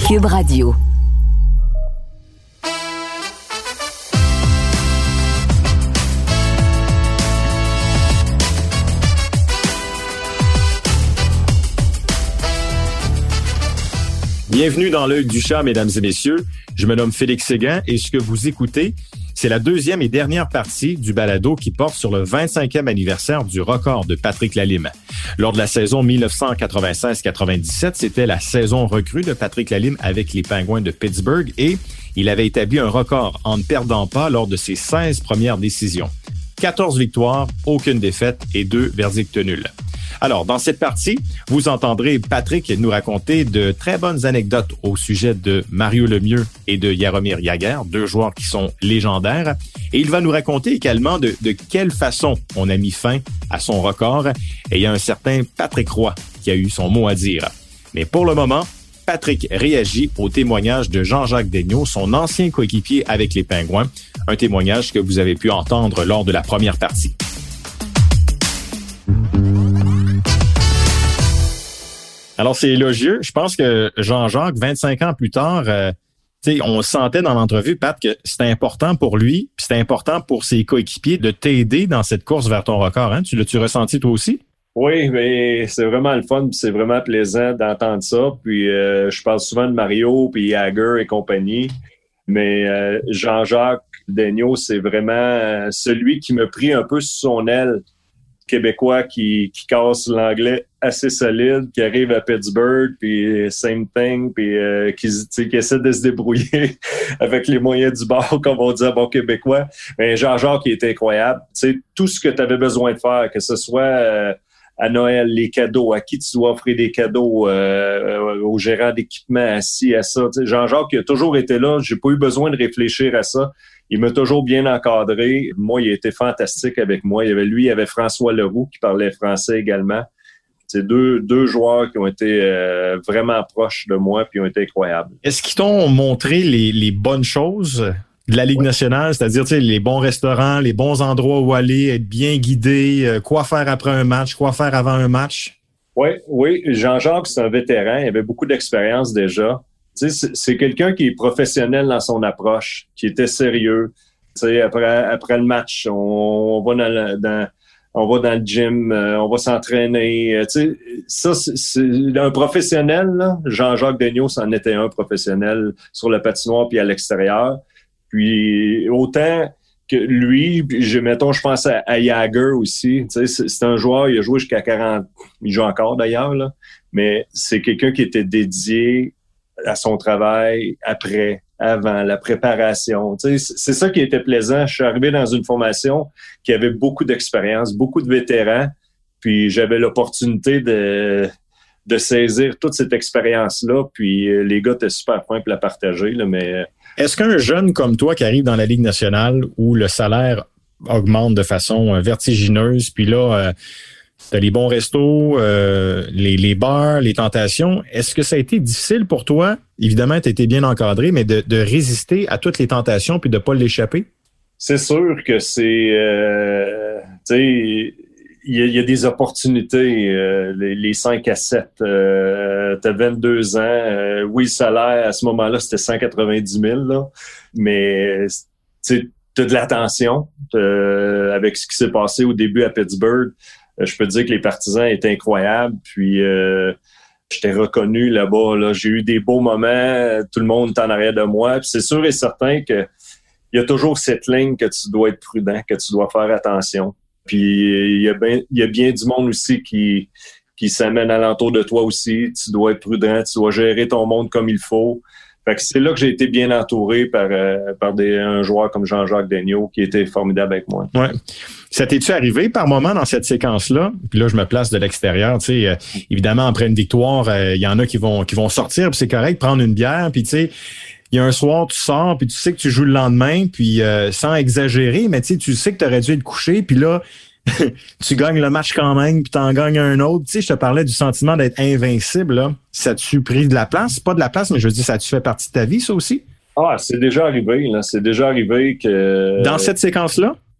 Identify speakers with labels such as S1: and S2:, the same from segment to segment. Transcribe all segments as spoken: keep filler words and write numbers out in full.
S1: Cube Radio.
S2: Bienvenue dans l'œil du chat, mesdames et messieurs. Je me nomme Félix Séguin et ce que vous écoutez, c'est la deuxième et dernière partie du balado qui porte sur le vingt-cinquième anniversaire du record de Patrick Lalime. Lors de la saison dix-neuf cent quatre-vingt-seize quatre-vingt-dix-sept, c'était la saison recrue de Patrick Lalime avec les Pingouins de Pittsburgh et il avait établi un record en ne perdant pas lors de ses seize premières décisions. quatorze victoires, aucune défaite et deux verdicts nuls. Alors, dans cette partie, vous entendrez Patrick nous raconter de très bonnes anecdotes au sujet de Mario Lemieux et de Jaromir Jagr, deux joueurs qui sont légendaires. Et il va nous raconter également de, de quelle façon on a mis fin à son record. Et il y a un certain Patrick Roy qui a eu son mot à dire. Mais pour le moment, Patrick réagit au témoignage de Jean-Jacques Daigneault, son ancien coéquipier avec les Pingouins. Un témoignage que vous avez pu entendre lors de la première partie. Alors, c'est élogieux. Je pense que Jean-Jacques, vingt-cinq ans plus tard, euh, on sentait dans l'entrevue, Pat, que c'était important pour lui, puis c'était important pour ses coéquipiers de t'aider dans cette course vers ton record. Hein? Tu l'as-tu ressenti toi aussi?
S3: Oui, mais c'est vraiment le fun, puis c'est vraiment plaisant d'entendre ça. Puis euh, je parle souvent de Mario, puis Jagr et compagnie. Mais euh, Jean-Jacques Daigneault, c'est vraiment euh, celui qui m'a pris un peu sous son aile. Québécois qui, qui casse l'anglais assez solide, qui arrive à Pittsburgh, puis same thing, puis euh, qui, qui essaie de se débrouiller avec les moyens du bord, comme on dit à bon Québécois. Mais Jean-Jacques, qui était incroyable. Tu sais, tout ce que tu avais besoin de faire, que ce soit euh, à Noël, les cadeaux, à qui tu dois offrir des cadeaux, euh, aux gérants d'équipement, assis à ça. Tu sais, Jean-Jacques, qui a toujours été là, j'ai pas eu besoin de réfléchir à ça. Il m'a toujours bien encadré. Moi, il a été fantastique avec moi. Il y avait lui, il y avait François Leroux qui parlait français également. C'est deux, deux joueurs qui ont été euh, vraiment proches de moi puis ont été incroyables.
S2: Est-ce qu'ils t'ont montré les, les bonnes choses de la Ligue oui. nationale? C'est-à-dire, tu sais, les bons restaurants, les bons endroits où aller, être bien guidé, euh, quoi faire après un match, quoi faire avant un match?
S3: Oui, oui. Jean-Jacques, c'est un vétéran. Il avait beaucoup d'expérience déjà. Tu sais, c'est, c'est quelqu'un qui est professionnel dans son approche, qui était sérieux. Tu sais, après, après le match, on, on va dans le, dans, on va dans le gym, euh, on va s'entraîner. Tu sais, ça, c'est, c'est un professionnel, là. Jean-Jacques Daigneault, c'en était un professionnel sur le patinoire puis à l'extérieur. Puis autant que lui, je, mettons, je pense à, à Jagr aussi. Tu sais, c'est, c'est un joueur, il a joué jusqu'à quarante, il joue encore d'ailleurs, là. Mais c'est quelqu'un qui était dédié à son travail, après, avant, la préparation. Tu sais, c'est ça qui était plaisant. Je suis arrivé dans une formation qui avait beaucoup d'expérience, beaucoup de vétérans, puis j'avais l'opportunité de, de saisir toute cette expérience-là, puis les gars étaient super fins pour la partager, là, mais...
S2: Est-ce qu'un jeune comme toi qui arrive dans la Ligue nationale où le salaire augmente de façon vertigineuse, puis là... Euh, t'as les bons restos, euh, les, les bars, les tentations. Est-ce que ça a été difficile pour toi? Évidemment, tu as été bien encadré, mais de, de résister à toutes les tentations puis de pas l'échapper?
S3: C'est sûr que c'est... Euh, tu sais, il y, y a des opportunités. Euh, les, les cinq à sept, euh, t'as vingt-deux ans. Euh, oui, le salaire, à ce moment-là, c'était cent quatre-vingt-dix mille, là, mais tu sais, t'as de l'attention euh, avec ce qui s'est passé au début à Pittsburgh. Je peux te dire que les partisans étaient incroyables. Puis, euh, j'étais reconnu là-bas. Là. J'ai eu des beaux moments. Tout le monde est en arrière de moi. Puis c'est sûr et certain que il y a toujours cette ligne que tu dois être prudent, que tu dois faire attention. Puis, il y a bien, il y a bien du monde aussi qui, qui s'amène alentour de toi aussi. Tu dois être prudent. Tu dois gérer ton monde comme il faut. Fait que c'est là que j'ai été bien entouré par, euh, par des, un joueur comme Jean-Jacques Daigneault qui était formidable avec moi.
S2: Ouais. Ça t'es-tu arrivé par moment dans cette séquence-là? Puis là, je me place de l'extérieur. Tu sais, euh, évidemment, après une victoire, il euh, y en a qui vont qui vont sortir, puis c'est correct, prendre une bière, puis tu sais, il y a un soir, tu sors, puis tu sais que tu joues le lendemain, puis euh, sans exagérer, mais tu sais, tu sais que tu aurais dû être couché, puis là, tu gagnes le match quand même, puis t'en gagnes un autre. Tu sais, je te parlais du sentiment d'être invincible, là. Ça a-tu pris de la place? Pas de la place, mais je veux dire, ça a-tu fait partie de ta vie, ça aussi?
S3: Ah, c'est déjà arrivé, là. C'est déjà arrivé que...
S2: Dans cette séquence-là?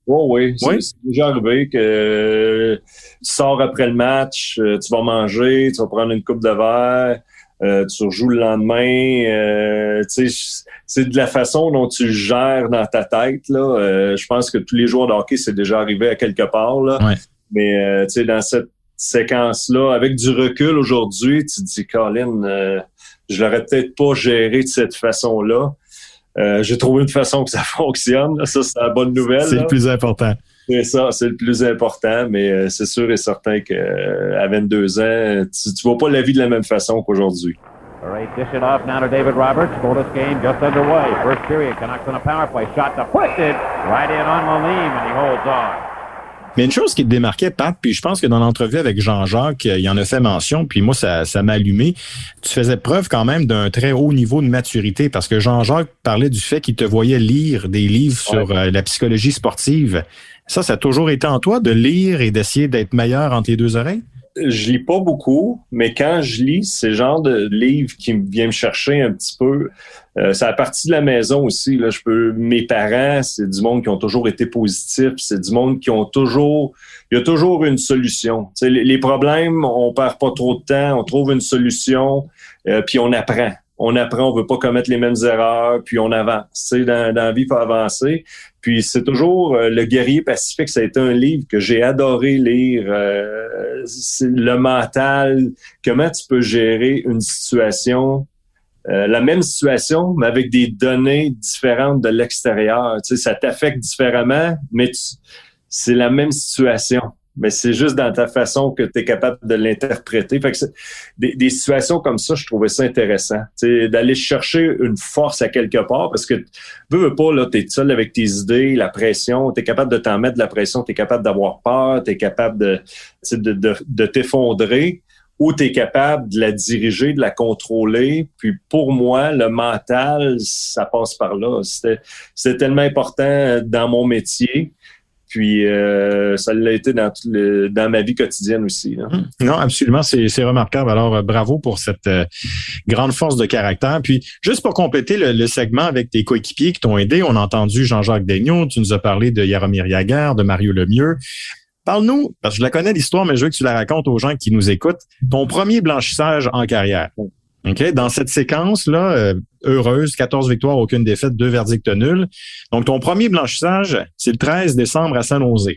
S3: Oh oui, c'est,
S2: Oui?
S3: c'est déjà arrivé que euh, tu sors après le match, euh, tu vas manger, tu vas prendre une coupe de verre, euh, tu rejoues le lendemain. Euh, tu sais, c'est de la façon dont tu le gères dans ta tête, là. Euh, je pense que tous les joueurs de hockey, c'est déjà arrivé à quelque part, là.
S2: Ouais.
S3: Mais euh, tu sais, dans cette séquence-là, avec du recul aujourd'hui, tu te dis, Colin, euh, je l'aurais peut-être pas géré de cette façon-là. Euh, j'ai trouvé une façon que ça fonctionne. Ça, c'est la bonne nouvelle.
S2: C'est
S3: là.
S2: le plus important.
S3: C'est ça, c'est le plus important, mais euh, c'est sûr et certain qu'à euh, vingt-deux ans, tu, tu vois pas la vie de la même façon qu'aujourd'hui.
S1: All right, dish it off now to David Roberts. Bonus game just underway. First period, Canucks on a power play. Shot deflected. Right in on Lalime, and he holds on.
S2: Mais une chose qui te démarquait, Pat, puis je pense que dans l'entrevue avec Jean-Jacques, il en a fait mention, puis moi, ça, ça m'a allumé. Tu faisais preuve quand même d'un très haut niveau de maturité, parce que Jean-Jacques parlait du fait qu'il te voyait lire des livres sur
S3: ouais.
S2: euh, la psychologie sportive. Ça, ça a toujours été en toi de lire et d'essayer d'être meilleur entre les deux oreilles?
S3: Je lis pas beaucoup, mais quand je lis, c'est le genre de livre qui vient me chercher un petit peu. Euh, c'est à partir de la maison aussi. Là, je peux. Mes parents, c'est du monde qui ont toujours été positifs. C'est du monde qui ont toujours. Il y a toujours une solution. Tu sais, les, les problèmes, on perd pas trop de temps. On trouve une solution, euh, puis on apprend. On apprend, on veut pas commettre les mêmes erreurs, puis on avance. Tu sais, dans, dans la vie, il faut avancer. Puis c'est toujours euh, Le Guerrier Pacifique, ça a été un livre que j'ai adoré lire. Euh, c'est le mental, comment tu peux gérer une situation, euh, la même situation, mais avec des données différentes de l'extérieur. Tu sais, ça t'affecte différemment, mais tu, c'est la même situation. Mais c'est juste dans ta façon que tu es capable de l'interpréter. Fait que c'est, des, des situations comme ça, je trouvais ça intéressant. T'sais, d'aller chercher une force à quelque part, parce que veux, veux pas, là, t'es seul avec tes idées, la pression, t'es capable de t'en mettre de la pression, t'es capable d'avoir peur, t'es capable de, de, de, de t'effondrer, ou t'es capable de la diriger, de la contrôler. Puis pour moi, le mental, ça passe par là. C'était, c'était tellement important dans mon métier. Puis euh, ça l'a été dans, tout le, dans ma vie quotidienne aussi. Là.
S2: Non, absolument, c'est, c'est remarquable. Alors, euh, bravo pour cette euh, grande force de caractère. Puis, juste pour compléter le, le segment avec tes coéquipiers qui t'ont aidé, on a entendu Jean-Jacques Daigneault, tu nous as parlé de Jaromir Jagr, de Mario Lemieux. Parle-nous, parce que je la connais l'histoire, mais je veux que tu la racontes aux gens qui nous écoutent, ton premier blanchissage en carrière. OK? Dans cette séquence-là, euh, heureuse, quatorze victoires, aucune défaite, deux verdicts nuls. Donc, ton premier blanchissage, c'est le treize décembre à San Jose.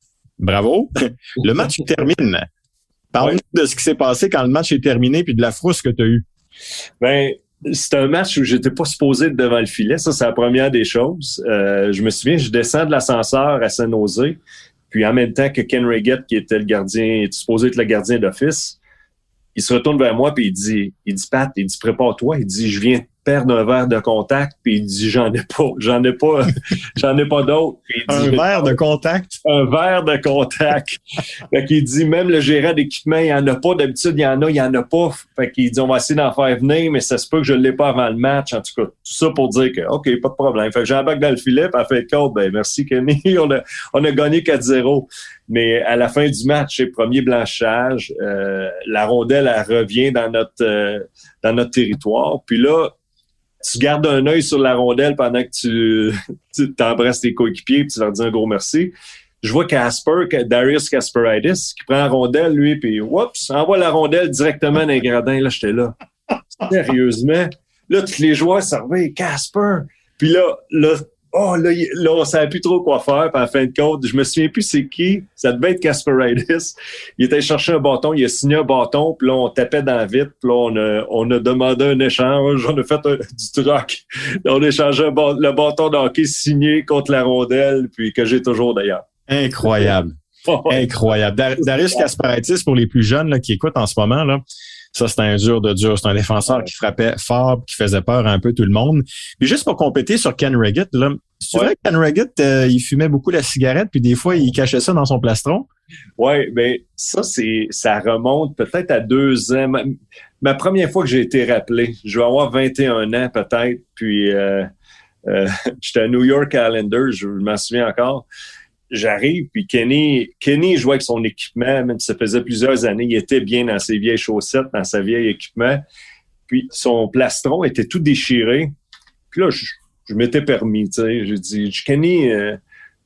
S2: Bravo. Le match termine. Parle-nous ouais. de ce qui s'est passé quand le match est terminé puis de la frousse que tu as eue.
S3: Ben, c'est un match où j'étais pas supposé être devant le filet. Ça, c'est la première des choses. Euh, je me souviens, je descends de l'ascenseur à San Jose, puis en même temps que Ken Reggett, qui était le gardien, est supposé être le gardien d'office, il se retourne vers moi puis il dit, il dit Pat, il dit prépare-toi, il dit je viens de perdre un verre de contact puis il dit j'en ai pas, j'en ai pas, j'en ai pas d'autre. Puis il dit,
S2: un verre de contact.
S3: Un verre de contact. Fait qu'il dit même le gérant d'équipement, il y en a pas d'habitude, il y en a, il y en a pas. Fait qu'il dit on va essayer d'en faire venir, mais ça se peut que je l'ai pas avant le match. En tout cas, tout ça pour dire que ok, pas de problème. Fait que j'embarque dans le filet, puis à fin de compte, ben merci Kenny, on a on a gagné quatre zéro. Mais à la fin du match, c'est le premier blanchissage, euh, la rondelle elle revient dans notre euh, dans notre territoire. Puis là, tu gardes un œil sur la rondelle pendant que tu, tu t'embrasses tes coéquipiers et tu leur dis un gros merci. Je vois Casper, Darius Kasparaitis, qui prend la rondelle, lui, puis oups, envoie la rondelle directement dans les gradins. Là, j'étais là. Sérieusement. Là, tous les joueurs servaient Casper. Puis là, là, oh, là, là, on savait plus trop quoi faire. Puis à la fin de compte, je me souviens plus c'est qui. Ça devait être Kasparaitis. Il était chercher un bâton, il a signé un bâton, puis là, on tapait dans la vitre. Puis là, on a, on a demandé un échange. On a fait un, du troc. On a échangé un, le bâton de hockey signé contre la rondelle, puis que j'ai toujours d'ailleurs.
S2: Incroyable. Incroyable. Dar- Darius Kasparaitis, pour les plus jeunes là, qui écoutent en ce moment, là, ça, c'est un dur de dur. C'est un défenseur qui frappait fort, qui faisait peur à un peu tout le monde. Puis juste pour compléter sur Ken Reggett, là, c'est ouais. vrai que Ken Reggett, euh, il fumait beaucoup la cigarette, puis des fois, il cachait ça dans son plastron?
S3: Oui, bien, ça, c'est, ça remonte peut-être à deux ans. Ma, ma première fois que j'ai été rappelé, je vais avoir vingt et un ans peut-être, puis euh, euh, j'étais à New York Islanders, je m'en souviens encore. J'arrive, puis Kenny, Kenny jouait avec son équipement, même si ça faisait plusieurs années, il était bien dans ses vieilles chaussettes, dans sa vieille équipement. Puis son plastron était tout déchiré. Puis là, je, je m'étais permis, tu sais. J'ai dit, Kenny, euh,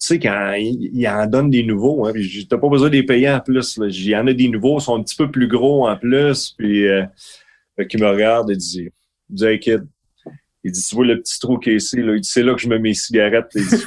S3: sais, quand il, il en donne des nouveaux, hein, puis t'as pas besoin de les payer en plus. Là. Il y en a des nouveaux, ils sont un petit peu plus gros en plus. Puis, euh, fait qu'il me regarde et dit, il dit, hey kid, il dit, tu vois le petit trou qui est ici, là? Il dit, c'est là que je mets mes cigarettes. Il dit,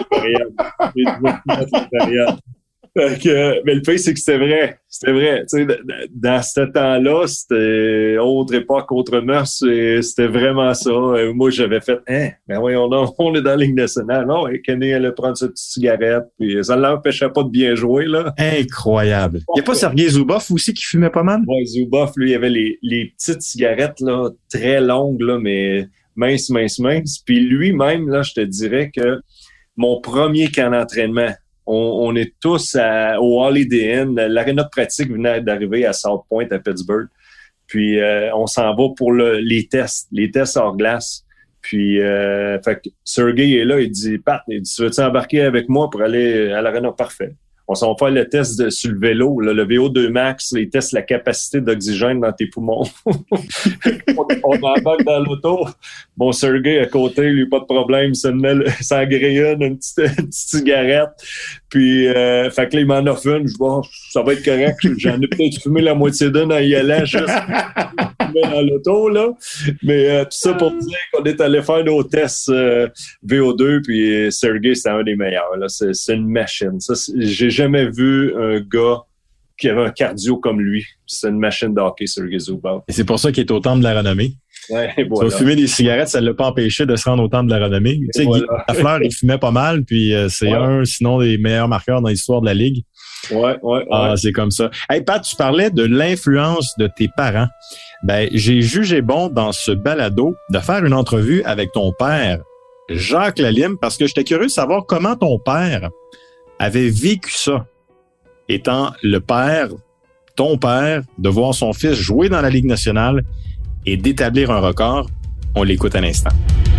S3: il dit, Fait que, mais le fait, c'est que c'était vrai. C'était vrai. Tu sais, dans ce temps-là, c'était autre époque, autre mœurs. C'était vraiment ça. Et moi, j'avais fait, hein, ben voyons donc, on est dans la Ligue nationale. Non, et Kenny allait prendre sa petite cigarette. Puis ça ne l'empêchait pas de bien jouer, là.
S2: Incroyable. Il n'y a pas Sergei Zubov aussi qui fumait pas mal?
S3: Oui, Zubov, lui, il avait les, les petites cigarettes, là, très longues, là, mais minces, minces, minces. Puis lui-même, là, je te dirais que mon premier camp d'entraînement, On, on est tous à, au Holiday Inn. L'aréna de pratique venait d'arriver à South Point, à Pittsburgh. Puis, euh, on s'en va pour le, les tests, les tests hors glace. Puis, euh, fait que Sergei est là, il dit, Pat, il dit, tu veux-tu embarquer avec moi pour aller à l'aréna? Parfait. On s'en va faire le test de, sur le vélo, là, le V O deux max, il teste la capacité d'oxygène dans tes poumons. on, on embarque dans l'auto. Bon, Sergei à côté, lui, pas de problème, il s'en met, s'en grille une petite, une petite cigarette. Puis, euh, fait que là, il m'en offre une. Je dis, bon, ça va être correct. J'en ai peut-être fumé la moitié d'une en y allant, juste dans l'auto, là. Mais euh, tout ça pour dire qu'on est allé faire nos tests euh, V O deux, puis Sergei, c'était un des meilleurs. Là. C'est, c'est une machine. Ça, c'est, j'ai jamais vu un gars qui avait un cardio comme lui. C'est une machine de hockey, Sergei Zubov.
S2: Et c'est pour ça qu'il est au temple de la renommée.
S3: Ouais,
S2: tu
S3: voilà.
S2: vas fumer des cigarettes, ça ne l'a pas empêché de se rendre au temple de la renommée. Tu sais, voilà. Guy Lafleur, il fumait pas mal, puis euh, c'est ouais. un, sinon, des meilleurs marqueurs dans l'histoire de la Ligue.
S3: Ouais, ouais, ouais.
S2: Ah, c'est comme ça. Hey, Pat, tu parlais de l'influence de tes parents. Ben, j'ai jugé bon dans ce balado de faire une entrevue avec ton père, Jacques Lalime, parce que j'étais curieux de savoir comment ton père avait vécu ça, étant le père, ton père, de voir son fils jouer dans la Ligue nationale et d'établir un record. On l'écoute à l'instant.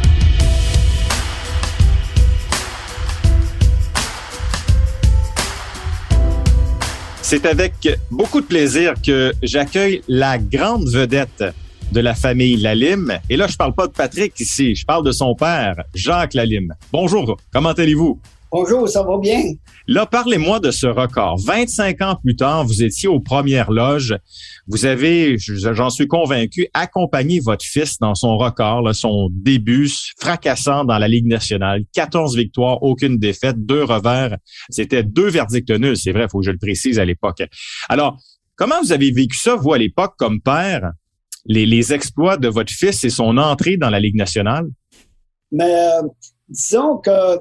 S2: C'est avec beaucoup de plaisir que j'accueille la grande vedette de la famille Lalime. Et là, je parle pas de Patrick ici, je parle de son père, Jacques Lalime. Bonjour, comment allez-vous?
S4: Bonjour, ça va bien.
S2: Là, parlez-moi de ce record. vingt-cinq ans plus tard, vous étiez aux premières loges. Vous avez, j'en suis convaincu, accompagné votre fils dans son record, là, son début fracassant dans la Ligue nationale. quatorze victoires, aucune défaite, deux revers. C'était deux verdicts nuls, c'est vrai, il faut que je le précise à l'époque. Alors, comment vous avez vécu ça, vous, à l'époque, comme père, les, les exploits de votre fils et son entrée dans la Ligue nationale?
S4: Mais euh, disons que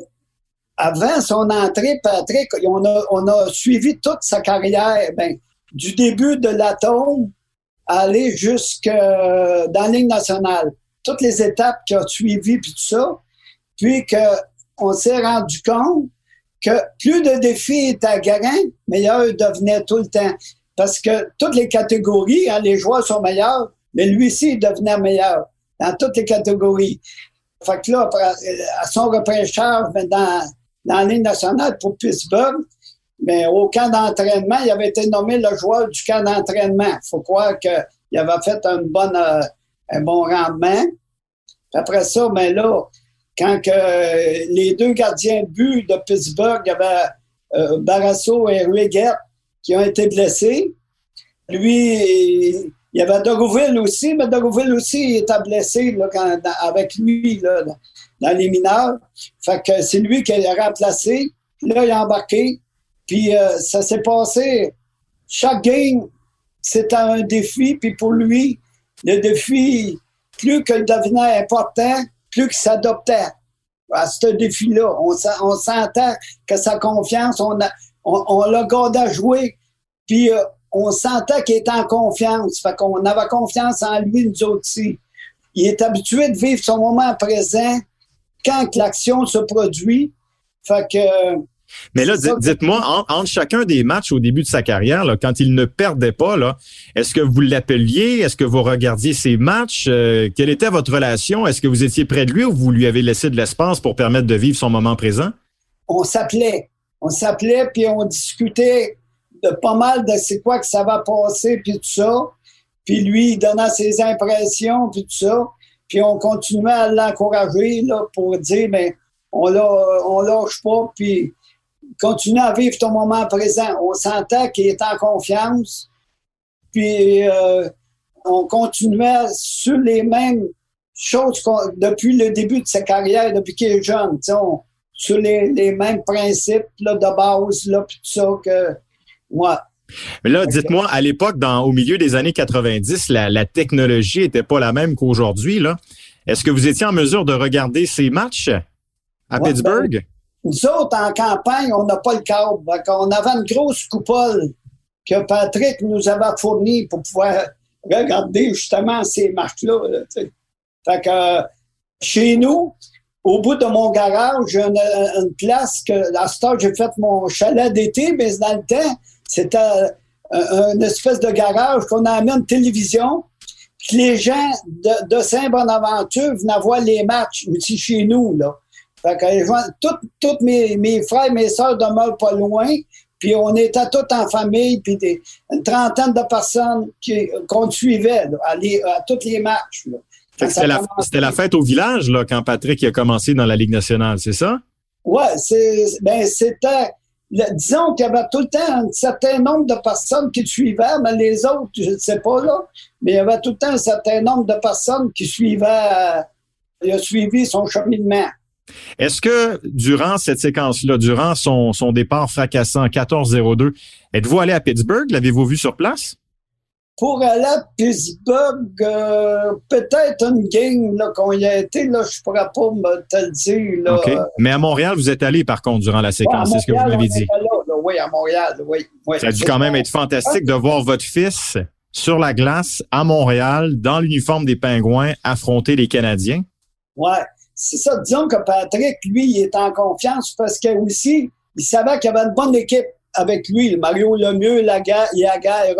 S4: avant son entrée, Patrick, on a, on a suivi toute sa carrière, ben, du début de l'Atome à aller jusque dans la Ligue nationale. Toutes les étapes qu'il a suivies, puis tout ça. Puis qu'on s'est rendu compte que plus de défis étaient grands, meilleur devenait tout le temps. Parce que toutes les catégories, hein, les joueurs sont meilleurs, mais lui aussi, il devenait meilleur dans toutes les catégories. Fait que là, à son repêchage, dans dans la Ligue nationale pour Pittsburgh, mais au camp d'entraînement, il avait été nommé le joueur du camp d'entraînement. Il faut croire qu'il avait fait une bonne, euh, un bon rendement. Puis après ça, ben là, quand que, euh, les deux gardiens de but de Pittsburgh, il y avait euh, Barrasso et Riggett qui ont été blessés. Lui, il y avait Derouville aussi, mais Derouville aussi était blessé là, quand, dans, avec lui là, dans les mineurs. Fait que c'est lui qui l'a remplacé. Puis là, il a embarqué. Puis euh, ça s'est passé. Chaque game, c'était un défi. Puis pour lui, le défi, plus qu'il devenait important, plus qu'il s'adoptait à ce défi-là. On, on sentait que sa confiance, on, a, on, on l'a gardé à jouer. Puis euh, on sentait qu'il était en confiance. Fait qu'on avait confiance en lui, nous autres aussi. Il est habitué de vivre son moment présent quand l'action se produit. Fait que...
S2: Mais là, dites, dites-moi, en, entre chacun des matchs au début de sa carrière, là, quand il ne perdait pas, là, est-ce que vous l'appeliez? Est-ce que vous regardiez ses matchs? Euh, quelle était votre relation? Est-ce que vous étiez près de lui ou vous lui avez laissé de l'espace pour permettre de vivre son moment présent?
S4: On s'appelait. On s'appelait, puis on discutait de pas mal de c'est quoi que ça va passer, puis tout ça. Puis lui, il donnait ses impressions, puis tout ça. Puis on continuait à l'encourager là, pour dire, mais on, l'a, on lâche pas, puis continue à vivre ton moment présent. On sentait qu'il était en confiance. Puis, euh, on continuait sur les mêmes choses qu'on, depuis le début de sa carrière, depuis qu'il est jeune. On, sur les, les mêmes principes là, de base, là, puis tout ça que moi.
S2: Mais là, dites-moi, à l'époque, dans, au milieu des années quatre-vingt-dix, la, la technologie était pas la même qu'aujourd'hui, là. Est-ce que vous étiez en mesure de regarder ces matchs à ouais, Pittsburgh?
S4: Ben, nous autres, en campagne, on n'a pas le câble. On avait une grosse coupole que Patrick nous avait fournie pour pouvoir regarder justement ces matchs-là. Là, fait que euh, chez nous, au bout de mon garage, j'ai une, une place que, à ce temps, j'ai fait mon chalet d'été, mais dans le temps, c'était euh, une espèce de garage qu'on a mis une télévision. Puis les gens de, de Saint-Bonaventure venaient voir les matchs aussi chez nous, là. Fait que tous mes, mes frères et mes sœurs demeurent pas loin, puis on était tous en famille, puis des, une trentaine de personnes qui, qu'on suivait là, à, les, à tous les matchs. Là.
S2: C'était la, c'était la fête au village là, quand Patrick a commencé dans la Ligue nationale, c'est ça?
S4: Oui, c'est, ben, c'était... Le, disons qu'il y avait tout le temps un certain nombre de personnes qui le suivaient, mais les autres, je ne sais pas, là, mais il y avait tout le temps un certain nombre de personnes qui suivaient, euh, il a suivi son cheminement.
S2: Est-ce que durant cette séquence-là, durant son, son départ fracassant quatorze zéro deux, êtes-vous allé à Pittsburgh? L'avez-vous vu sur place?
S4: Pour aller à Pittsburgh, euh, peut-être une game là, qu'on y a été, là, je ne pourrais pas me te le dire. Là.
S2: OK. Mais à Montréal, vous êtes allé, par contre, durant la séquence, ouais, c'est ce que vous m'avez dit.
S4: Là, là, oui, à Montréal, oui. oui.
S2: Ça a dû quand même être fantastique de voir votre fils sur la glace à Montréal, dans l'uniforme des Pingouins, affronter les Canadiens.
S4: Oui, c'est ça. Disons que Patrick, lui, il est en confiance parce que aussi, il savait qu'il y avait une bonne équipe avec lui. Mario Lemieux, Yaguer,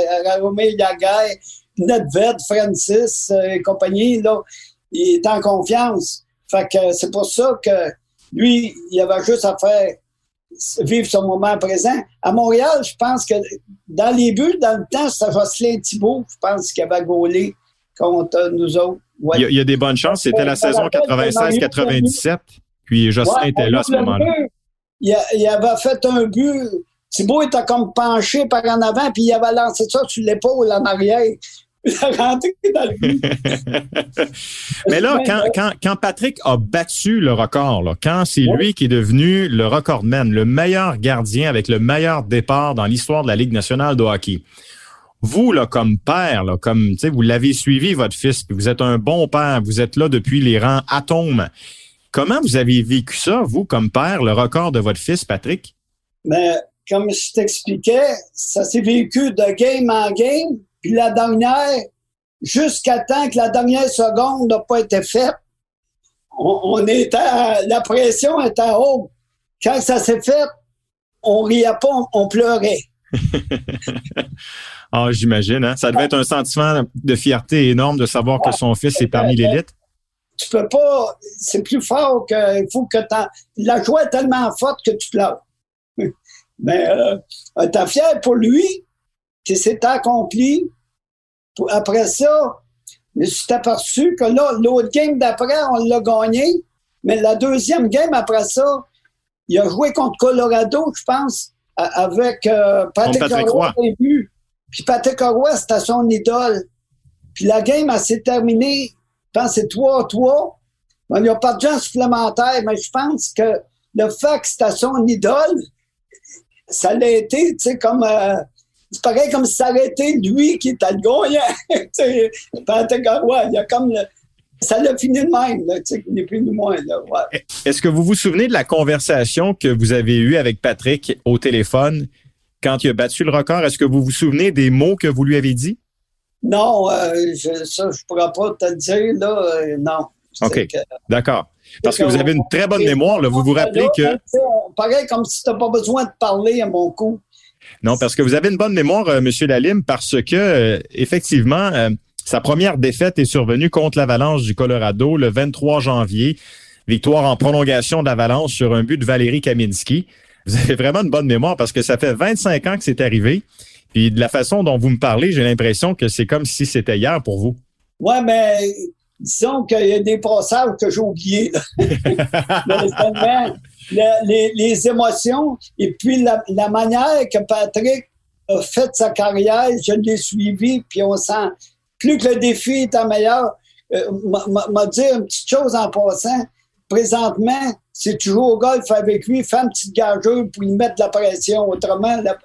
S4: Romé Yaguer, Nedved, Francis euh, et compagnie, là, il est en confiance. Fait que c'est pour ça que lui, il avait juste à faire vivre son moment présent. À Montréal, je pense que dans les buts, dans le temps, c'était Jocelyn Thibault, je pense, qui avait gaulé contre nous autres. Ouais.
S2: Il, y a, il y a des bonnes chances. C'était la saison quatre-vingt-seize quatre-vingt-dix-sept. Puis Jocelyn ouais, était là à ce moment-là.
S4: Il, a, il avait fait un but. Thibault était comme penché par en avant, puis il avait lancé ça sur l'épaule en arrière. Il a rentré dans le but.
S2: Mais là, quand, quand, quand Patrick a battu le record, là, quand c'est oui. lui qui est devenu le recordman, le meilleur gardien avec le meilleur départ dans l'histoire de la Ligue nationale de hockey, vous, là, comme père, là, comme, tu sais, vous l'avez suivi, votre fils, puis vous êtes un bon père, vous êtes là depuis les rangs atomes. Comment vous avez vécu ça, vous, comme père, le record de votre fils, Patrick?
S4: Mais, comme je t'expliquais, ça s'est vécu de game en game, puis la dernière, jusqu'à temps que la dernière seconde n'a pas été faite, on, on était, à, la pression était haute. Quand ça s'est fait, on riait pas, on, on pleurait.
S2: Ah, oh, j'imagine, hein? Ça devait être un sentiment de fierté énorme de savoir que son fils est parmi l'élite.
S4: Tu peux pas, c'est plus fort que, il faut que t'en, la joie est tellement forte que tu pleures. Mais, euh, t'es fier pour lui, que c'est accompli. Après ça, je me suis aperçu que là, l'autre game d'après, on l'a gagné, mais la deuxième game après ça, il a joué contre Colorado, je pense, avec euh, Patrick, Patrick Roy au début. Puis Patrick Roy, c'était son idole. Puis la game, elle s'est terminée, je pense que c'est trois à trois. Il n'y a pas de gens supplémentaires, mais je pense que le fait que c'était son idole, ça l'a été, tu sais, comme... Euh, c'est pareil comme si ça avait été lui qui était le gagnant. Patrick Roy, il y a comme... Le, ça l'a fini de même, là, tu sais, ni plus ni moins. Là, ouais.
S2: Est-ce que vous vous souvenez de la conversation que vous avez eue avec Patrick au téléphone quand il a battu le record? Est-ce que vous vous souvenez des mots que vous lui avez dit? Non,
S4: euh, je, ça, je ne pourrais pas te le dire, là. Euh, non.
S2: OK, que, d'accord. Parce que vous avez une très bonne mémoire, là. Vous vous rappelez
S4: là,
S2: que...
S4: Pareil comme si tu n'as pas besoin de parler à mon coup.
S2: Non, parce que vous avez une bonne mémoire, euh, M. Lalime, parce que, euh, effectivement... Euh, sa première défaite est survenue contre l'Avalanche du Colorado le vingt-trois janvier. Victoire en prolongation de l'Avalanche sur un but de Valérie Kaminski. Vous avez vraiment une bonne mémoire parce que ça fait vingt-cinq ans que c'est arrivé. Puis de la façon dont vous me parlez, j'ai l'impression que c'est comme si c'était hier pour vous.
S4: Oui, mais disons qu'il y a des passages que j'ai oubliés. Mais seulement, le, les, les émotions et puis la, la manière que Patrick a fait sa carrière, je l'ai suivi, puis on sent, plus que le défi est meilleur, euh, m'a dit une petite chose en passant, présentement, si tu joues au golf avec lui, fais une petite gageure pour lui mettre de la pression. Autrement, la...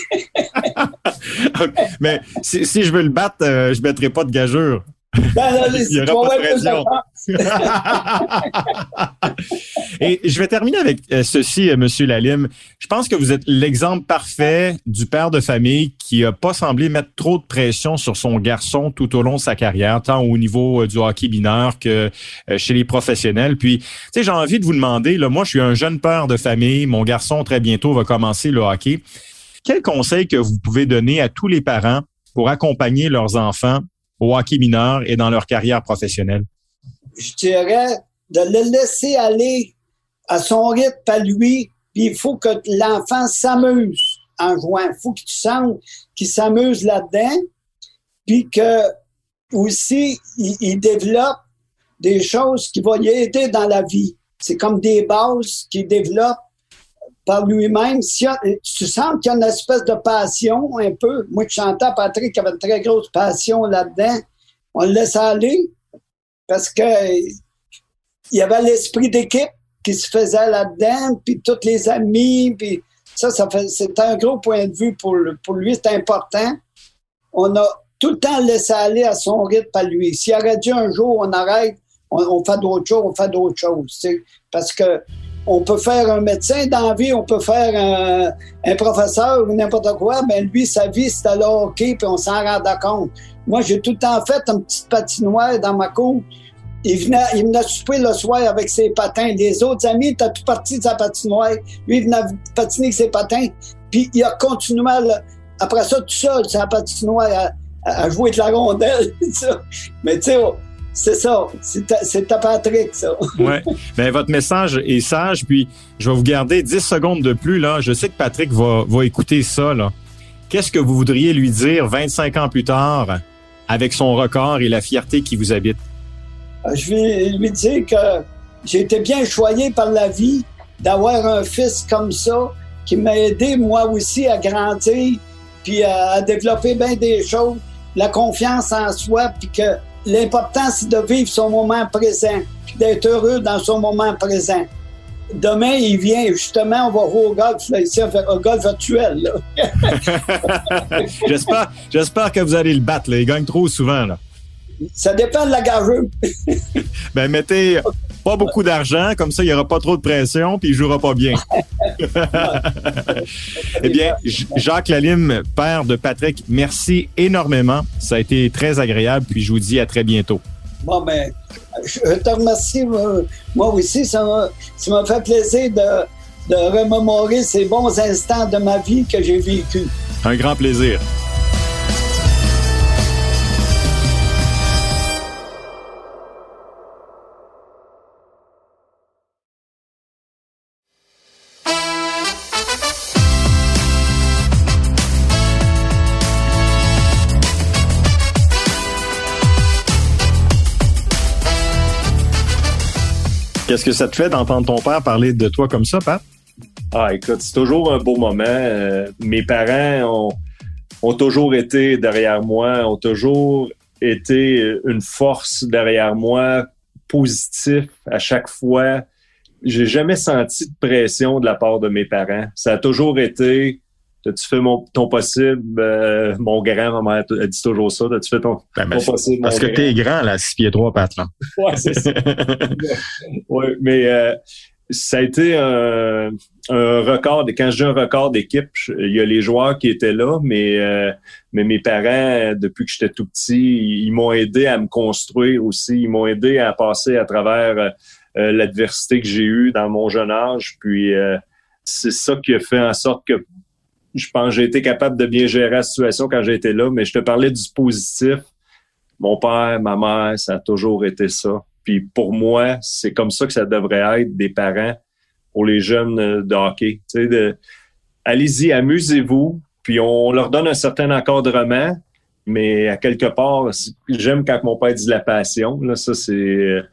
S2: okay. Mais si, si je veux le battre, euh, je ne mettrai pas de gageure.
S4: Ben, là, il
S2: n'y aura pas de pression. Et je vais terminer avec euh, ceci, euh, M. Lalime. Je pense que vous êtes l'exemple parfait du père de famille qui n'a pas semblé mettre trop de pression sur son garçon tout au long de sa carrière, tant au niveau euh, du hockey mineur que euh, chez les professionnels. Puis, tu sais, j'ai envie de vous demander, là, moi, je suis un jeune père de famille. Mon garçon, très bientôt, va commencer le hockey. Quel conseil que vous pouvez donner à tous les parents pour accompagner leurs enfants au hockey mineur et dans leur carrière professionnelle?
S4: Je dirais de le laisser aller à son rythme, à lui, puis il faut que l'enfant s'amuse en jouant. Il faut que tu sentes qu'il s'amuse là-dedans, puis que aussi, il, il développe des choses qui vont lui aider dans la vie. C'est comme des bases qu'il développe par lui-même. Si tu sens qu'il y a une espèce de passion un peu. Moi, je sentais Patrick qui avait une très grosse passion là-dedans. On le laisse aller parce que il y avait l'esprit d'équipe qui se faisait là-dedans, puis tous les amis, puis ça, ça fait, c'est un gros point de vue pour, pour lui, c'est important. On a tout le temps laissé aller à son rythme à lui. S'il aurait dit un jour, on arrête, on, on fait d'autres choses, on fait d'autres choses. Tu sais, parce que on peut faire un médecin dans la vie, on peut faire un, un professeur ou n'importe quoi, mais lui, sa vie, c'était le hockey, puis on s'en rendait compte. Moi, j'ai tout le temps fait une petite patinoire dans ma cour. Il venait, il venait souper le soir avec ses patins. Les autres amis étaient tout partis de sa patinoire. Lui, il venait patiner avec ses patins. Puis il a continué, là, après ça, tout seul, sa patinoire, à, à jouer de la rondelle. Mais tu sais, c'est ça. C'est ta Patrick, ça.
S2: Oui. Bien, votre message est sage. Puis, je vais vous garder dix secondes de plus. Là. Je sais que Patrick va, va écouter ça. Là. Qu'est-ce que vous voudriez lui dire vingt-cinq ans plus tard avec son record et la fierté qui vous habite?
S4: Je vais lui dire que j'ai été bien choyé par la vie d'avoir un fils comme ça qui m'a aidé, moi aussi, à grandir puis à, à développer bien des choses, la confiance en soi, puis que l'important, c'est de vivre son moment présent, puis d'être heureux dans son moment présent. Demain, il vient, justement, on va jouer au golf, là, ici, un golf virtuel. Là.
S2: j'espère, j'espère que vous allez le battre. Là. Il gagne trop souvent. Là.
S4: Ça dépend de la gageure.
S2: Ben, mettez pas beaucoup d'argent, comme ça, il n'y aura pas trop de pression, puis il ne jouera pas bien. Eh bien, Jacques Lalime, père de Patrick, merci énormément. Ça a été très agréable, puis je vous dis à très bientôt.
S4: Bon, ben, je te remercie. Moi aussi, ça m'a, ça m'a fait plaisir de, de remémorer ces bons instants de ma vie que j'ai vécu.
S2: Un grand plaisir. Qu'est-ce que ça te fait d'entendre ton père parler de toi comme ça, Pat?
S3: Ah, écoute, c'est toujours un beau moment. Euh, mes parents ont, ont toujours été derrière moi, ont toujours été une force derrière moi, positif à chaque fois. J'ai jamais senti de pression de la part de mes parents. Ça a toujours été... T'as-tu fait mon, ton possible, euh, mon grand, ma mère a dit toujours ça, t'as-tu fait ton,
S2: ben, ben,
S3: ton possible,
S2: parce que grand? T'es grand, là, six pieds trois, Pat, là.
S3: Ouais, c'est ça. Ouais, mais euh, ça a été un, un record, quand je dis un record d'équipe, il y a les joueurs qui étaient là, mais, euh, mais mes parents, depuis que j'étais tout petit, ils, ils m'ont aidé à me construire aussi, ils m'ont aidé à passer à travers euh, l'adversité que j'ai eue dans mon jeune âge, puis euh, c'est ça qui a fait en sorte que je pense que j'ai été capable de bien gérer la situation quand j'ai été là, mais je te parlais du positif. Mon père, ma mère, ça a toujours été ça. Puis pour moi, c'est comme ça que ça devrait être des parents pour les jeunes de hockey. Tu sais, de, allez-y, amusez-vous, puis on leur donne un certain encadrement, mais à quelque part, j'aime quand mon père dit la passion. Là, ça, c'est...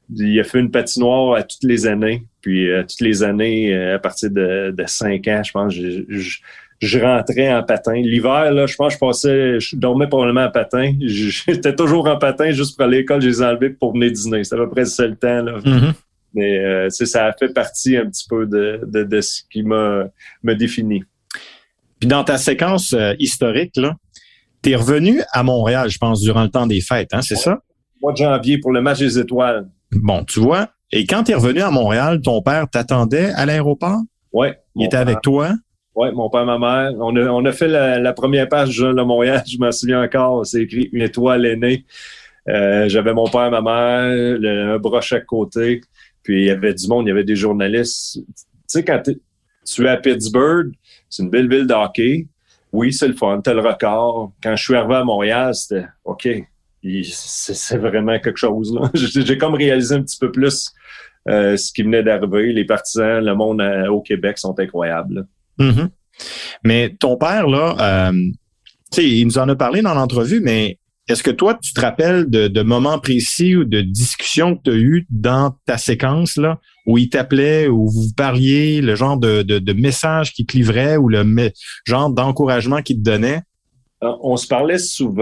S3: il a fait une patinoire à toutes les années. Puis à toutes les années, à partir de, de cinq ans, je pense, je, je, je rentrais en patin. L'hiver, là, je pense je passais, je dormais probablement en patin. J'étais toujours en patin juste pour aller à l'école, je les enlevais pour venir dîner. C'était à peu près le seul temps, là.
S2: Mm-hmm.
S3: Mais euh, ça a fait partie un petit peu de, de, de ce qui m'a, m'a défini.
S2: Puis dans ta séquence euh, historique, là, t'es revenu à Montréal, je pense, durant le temps des fêtes, hein, c'est ouais. ça?
S3: Mois de janvier pour le match des étoiles.
S2: Bon, tu vois. Et quand t'es revenu à Montréal, ton père t'attendait à l'aéroport?
S3: Oui.
S2: Il était père. Avec toi?
S3: Oui, mon père, ma mère. On a, on a fait la, la première page du Journal de Montréal, je m'en souviens encore. C'est écrit une étoile aînée. Euh, j'avais mon père, ma mère, le, un bras à chaque côté. Puis il y avait du monde, il y avait des journalistes. Tu sais, quand tu es à Pittsburgh, c'est une belle ville de hockey. Oui, c'est le fun, t'as le record. Quand je suis arrivé à Montréal, c'était OK. C'est, c'est vraiment quelque chose, là. J'ai, j'ai comme réalisé un petit peu plus euh, ce qui venait d'arriver. Les partisans, le monde à, au Québec sont incroyables.
S2: Mm-hmm. Mais ton père, là, euh, tu sais, il nous en a parlé dans l'entrevue, mais est-ce que toi, tu te rappelles de, de moments précis ou de discussions que tu as eues dans ta séquence, là, où il t'appelait, où vous parliez, le genre de, de, de message qu'il te livrait ou le me, genre d'encouragement qu'il te donnait?
S3: On se parlait souvent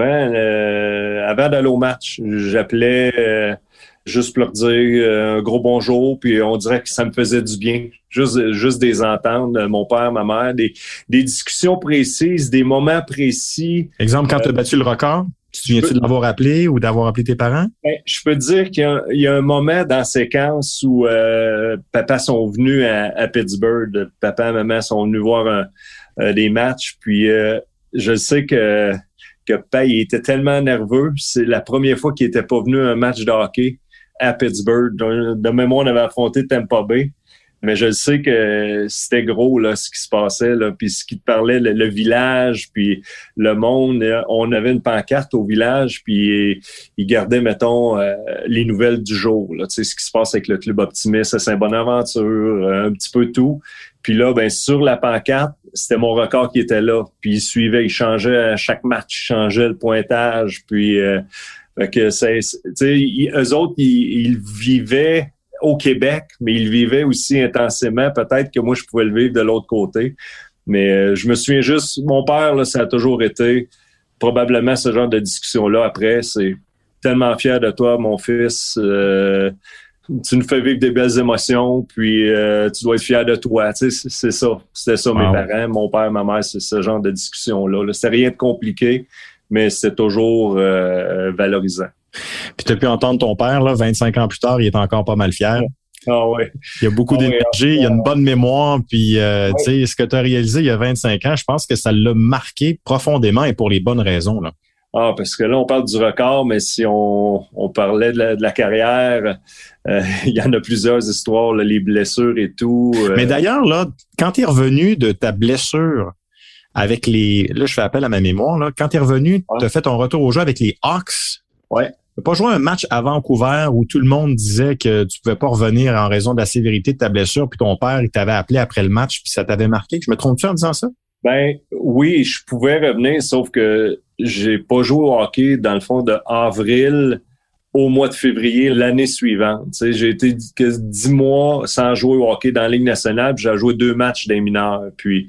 S3: euh, avant d'aller au match. J'appelais euh, juste pour leur dire euh, un gros bonjour, puis on dirait que ça me faisait du bien. Juste, juste des entendre, mon père, ma mère, des, des discussions précises, des moments précis.
S2: Exemple, quand euh, tu as battu le record, tu te souviens-tu de l'avoir appelé ou d'avoir appelé tes parents?
S3: Ben, je peux te dire qu'il y a, il y a un moment dans la séquence où euh, papa sont venus à, à Pittsburgh. Papa et maman sont venus voir un, euh, des matchs, puis... Euh, je sais que, que papa, il était tellement nerveux. C'est la première fois qu'il était pas venu à un match de hockey à Pittsburgh. De mémoire, on avait affronté Tampa Bay. Mais je sais que c'était gros, là, ce qui se passait, là. Puis ce qui te parlait, le, le village, puis le monde. On avait une pancarte au village, puis ils gardaient, mettons, euh, les nouvelles du jour, là. Tu sais, ce qui se passe avec le Club Optimiste, c'est une bonne aventure, un petit peu tout. Puis là, ben sur la pancarte, c'était mon record qui était là. Puis il suivait, il changeait à chaque match, il changeait le pointage. Puis, euh, fait que c'est, tu sais, eux autres, ils, ils vivaient au Québec, mais ils vivaient aussi intensément. Peut-être que moi, je pouvais le vivre de l'autre côté. Mais euh, je me souviens juste, mon père, là, ça a toujours été probablement ce genre de discussion-là. Après, c'est tellement fier de toi, mon fils. Euh, tu nous fais vivre des belles émotions, puis euh, tu dois être fier de toi. Tu sais, c'est, c'est ça. C'était ça, wow. Mes parents, mon père, ma mère, c'est ce genre de discussion-là. Là. C'était rien de compliqué, mais c'était toujours euh, valorisant.
S2: Puis tu as pu entendre ton père, là, vingt-cinq ans plus tard, il est encore pas mal fier.
S3: Ah ouais.
S2: Il y a beaucoup ah d'énergie, ouais, il y a une bonne mémoire, puis euh, ouais. Tu sais, ce que tu as réalisé il y a vingt-cinq ans, je pense que ça l'a marqué profondément et pour les bonnes raisons, là.
S3: Ah, parce que là, on parle du record, mais si on, on parlait de la, de la carrière, euh, il y en a plusieurs histoires, là, les blessures et tout. Euh...
S2: Mais d'ailleurs, là, quand tu es revenu de ta blessure avec les... Là, je fais appel à ma mémoire, là. Quand tu es revenu, ouais. tu as fait ton retour au jeu avec les Hawks.
S3: Ouais.
S2: Tu n'as pas joué un match à Vancouver où tout le monde disait que tu pouvais pas revenir en raison de la sévérité de ta blessure, puis ton père, il t'avait appelé après le match, puis ça t'avait marqué. Je me trompe-tu en disant ça?
S3: Ben oui, je pouvais revenir, sauf que j'ai pas joué au hockey dans le fond de avril au mois de février l'année suivante. Tu sais, j'ai été dix mois sans jouer au hockey dans la Ligue nationale, puis j'ai joué deux matchs des mineurs. Puis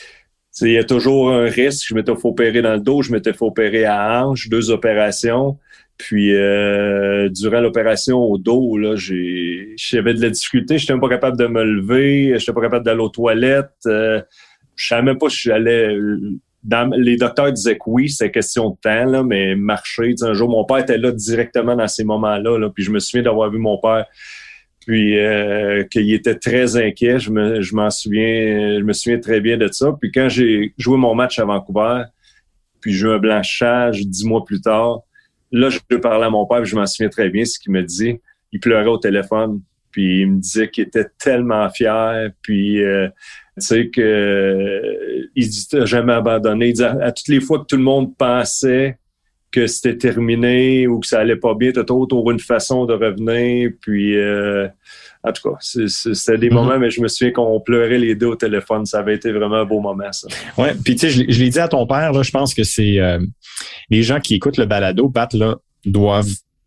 S3: il y a toujours un risque. Je m'étais fait opérer dans le dos, je m'étais fait opérer à la hanche, deux opérations. Puis euh, durant l'opération au dos, là, j'ai j'avais de la difficulté, j'étais même pas capable de me lever, j'étais pas capable d'aller aux toilettes. Euh, je savais même pas si j'allais. Dans, les docteurs disaient que oui, c'était question de temps, là, mais marcher. Un jour, mon père était là directement dans ces moments-là, là, puis je me souviens d'avoir vu mon père, puis euh, qu'il était très inquiet. Je me, je m'en souviens, je me souviens très bien de ça. Puis quand j'ai joué mon match à Vancouver, puis j'ai eu un blanchage dix mois plus tard, là, je parlais à mon père, puis je m'en souviens très bien ce qu'il me dit. Il pleurait au téléphone, puis il me disait qu'il était tellement fier, puis euh, tu sais que euh, il dit t'as jamais abandonné. Il dit à, à toutes les fois que tout le monde pensait que c'était terminé ou que ça allait pas bien, t'as toujours une façon de revenir. Puis euh, en tout cas, c'est, c'est, c'était des mm-hmm. moments, mais je me souviens qu'on pleurait les deux au téléphone. Ça avait été vraiment un beau moment, ça.
S2: Ouais. Puis tu sais, je, je l'ai dit à ton père, là, je pense que c'est euh, les gens qui écoutent le balado, Pat, là, doivent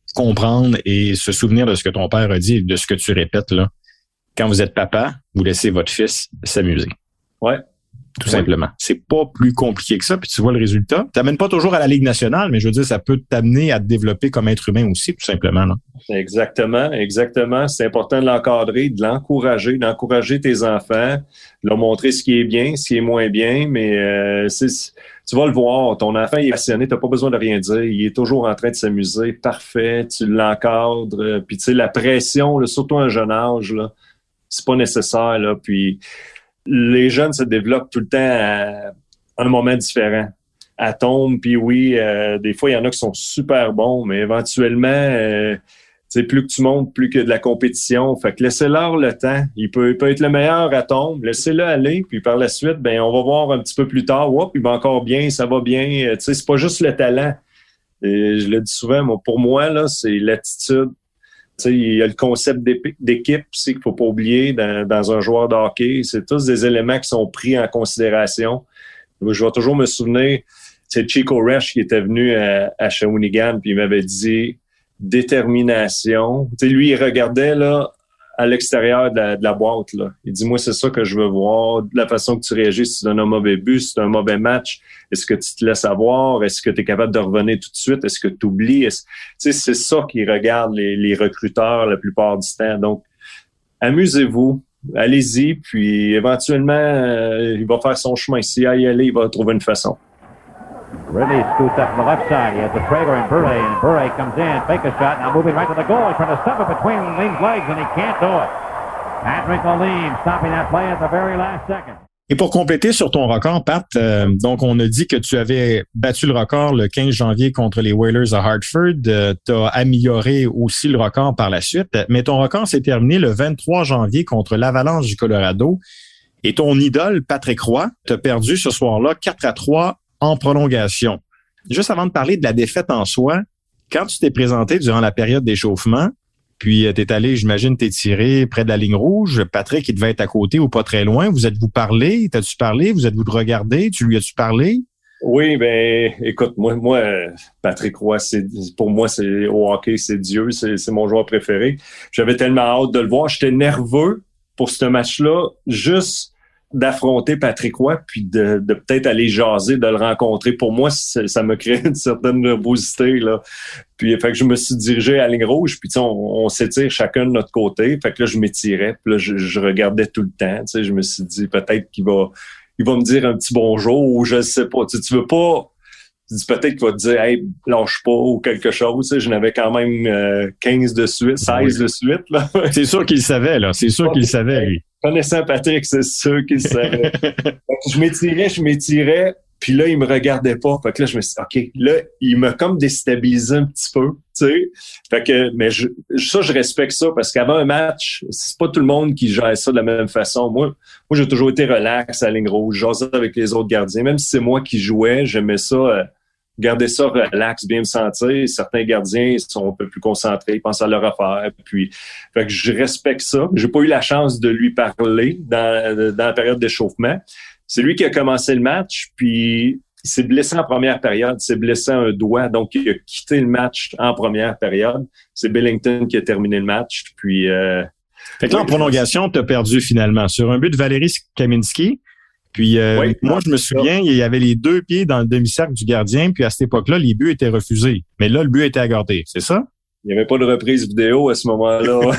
S2: comprendre et se souvenir de ce que ton père a dit et de ce que tu répètes là. Quand vous êtes papa, vous laissez votre fils s'amuser.
S3: Ouais.
S2: Tout ouais. simplement. C'est pas plus compliqué que ça, puis tu vois le résultat. T'amènes pas toujours à la Ligue nationale, mais je veux dire, ça peut t'amener à te développer comme être humain aussi, tout simplement. Là.
S3: Exactement, exactement. C'est important de l'encadrer, de l'encourager, d'encourager tes enfants, de leur montrer ce qui est bien, ce qui est moins bien, mais euh, c'est, tu vas le voir, ton enfant il est passionné, t'as pas besoin de rien dire, il est toujours en train de s'amuser, parfait, tu l'encadres, puis tu sais, la pression, là, surtout à un jeune âge, là, c'est pas nécessaire, là, puis les jeunes se développent tout le temps à un moment différent. À tombe, puis oui, euh, des fois, il y en a qui sont super bons, mais éventuellement, euh, tu sais, plus que tu montes, plus que de la compétition. Fait que laissez-leur le temps. Il peut, il peut être le meilleur à tombe. Laissez-le aller, puis par la suite, ben on va voir un petit peu plus tard. Oups, il va encore bien, ça va bien. Tu sais, c'est pas juste le talent. Et je le dis souvent, moi, pour moi, là, c'est l'attitude. Tu sais, il y a le concept d'équipe aussi qu'il faut pas oublier dans, dans un joueur de hockey. C'est tous des éléments qui sont pris en considération. Je vais toujours me souvenir, c'est Chico Resch qui était venu à, à Shawinigan puis il m'avait dit détermination. Tu sais, lui, il regardait là à l'extérieur de la, de la boîte. Là. Il dit, moi, c'est ça que je veux voir. De la façon que tu réagis si tu donnes un mauvais but, si tu as un mauvais match, est-ce que tu te laisses avoir? Est-ce que tu es capable de revenir tout de suite? Est-ce que tu oublies? Est-ce... Tu sais, c'est ça qu'ils regardent les, les recruteurs la plupart du temps. Donc, amusez-vous, allez-y, puis éventuellement, euh, il va faire son chemin. S'il a y aller, il va trouver une façon.
S1: Ridley scoots up from the left side. He has the Traeger and Bure, and Bure comes in, fake a shot, now moving right to the goal. He's trying to stuff it between Leem's legs, and he can't do it. Patrick Leem stopping that play at the very last second.
S2: Et pour compléter sur ton record, Pat, euh, donc on a dit que tu avais battu le record le quinze janvier contre les Whalers à Hartford. Euh, tu as amélioré aussi le record par la suite, mais ton record s'est terminé le vingt-trois janvier contre l'Avalanche du Colorado. Et ton idole, Patrick Roy, t'a perdu ce soir-là quatre à trois en prolongation. Juste avant de parler de la défaite en soi, quand tu t'es présenté durant la période d'échauffement, puis t'es allé, j'imagine, t'es tiré près de la ligne rouge, Patrick, il devait être à côté ou pas très loin. Vous êtes-vous parlé? T'as-tu parlé? Vous êtes-vous regardé? Tu lui as-tu parlé?
S3: Oui, ben, écoute, moi, moi, Patrick Roy, c'est, pour moi, c'est au hockey, c'est Dieu, c'est, c'est mon joueur préféré. J'avais tellement hâte de le voir. J'étais nerveux pour ce match-là, juste d'affronter Patrick Roy, puis de, de peut-être aller jaser, de le rencontrer. Pour moi, ça me crée une certaine nervosité, là. Puis, fait que je me suis dirigé à la ligne rouge, puis tu sais, on, on s'étire chacun de notre côté. Fait que là, je m'étirais, puis là, je, je regardais tout le temps. Tu sais, je me suis dit, peut-être qu'il va, il va me dire un petit bonjour, ou je sais pas. Tu sais, tu veux pas... Peut-être qu'il va te dire « Hey, lâche pas » ou quelque chose. Tu sais, je n'avais quand même euh, quinze de suite, seize de suite. Là.
S2: C'est sûr qu'il le savait, là. C'est sûr qu'il le savait, lui.
S3: Connaissant Patrick, c'est sûr qu'il le savait. je m'étirais, je m'étirais, puis là, il me regardait pas. Fait que là, je me suis dit « OK, là, il m'a comme déstabilisé un petit peu. » Tu sais. Fait que, mais je, ça, je respecte ça parce qu'avant un match, c'est pas tout le monde qui gère ça de la même façon. Moi, moi j'ai toujours été relax à la ligne rouge, jasais avec les autres gardiens. Même si c'est moi qui jouais, j'aimais ça... Euh, garder ça relax, bien me sentir. Certains gardiens sont un peu plus concentrés, ils pensent à leur affaire. Puis, fait que je respecte ça. J'ai pas eu la chance de lui parler dans, dans la période d'échauffement. C'est lui qui a commencé le match, puis il s'est blessé en première période. Il s'est blessé un doigt, donc il a quitté le match en première période. C'est Billington qui a terminé le match. Puis, euh,
S2: fait que là, en prolongation, tu as perdu finalement sur un but de Valéry Kaminski. Puis euh, oui, moi, je me souviens, il y avait les deux pieds dans le demi-cercle du gardien, puis à cette époque-là, les buts étaient refusés. Mais là, le but était accordé, c'est ça?
S3: Il n'y avait pas de reprise vidéo à ce moment-là.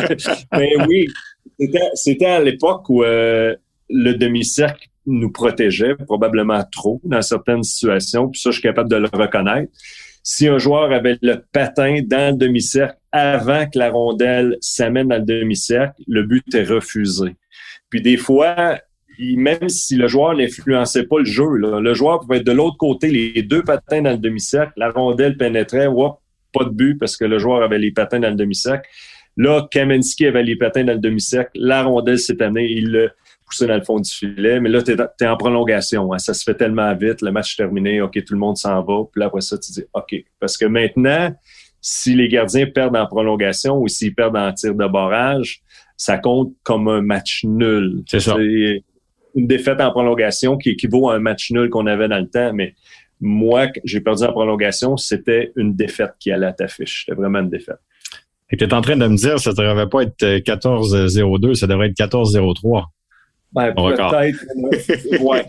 S3: Mais oui, c'était, c'était à l'époque où euh, le demi-cercle nous protégeait probablement trop dans certaines situations, puis ça, je suis capable de le reconnaître. Si un joueur avait le patin dans le demi-cercle avant que la rondelle s'amène dans le demi-cercle, le but est refusé. Puis des fois... même si le joueur n'influençait pas le jeu, là, le joueur pouvait être de l'autre côté, les deux patins dans le demi-cercle, la rondelle pénétrait, whoop, pas de but parce que le joueur avait les patins dans le demi-cercle. Là, Kaminski avait les patins dans le demi-cercle, la rondelle s'est amenée, il l'a poussé dans le fond du filet, mais là, t'es, t'es en prolongation, hein, ça se fait tellement vite, le match est terminé, OK, tout le monde s'en va, puis là, après ça, tu dis OK. Parce que maintenant, si les gardiens perdent en prolongation ou s'ils perdent en tir de barrage, ça compte comme un match nul.
S2: C'est ça.
S3: C'est une défaite en prolongation qui équivaut à un match nul qu'on avait dans le temps, mais moi, j'ai perdu en prolongation, c'était une défaite qui allait à ta fiche. C'était vraiment une défaite.
S2: Et tu es en train de me dire, ça ne devrait pas être quatorze zéro deux, ça devrait être quatorze zéro trois.
S3: Ben, peut-être. Ouais.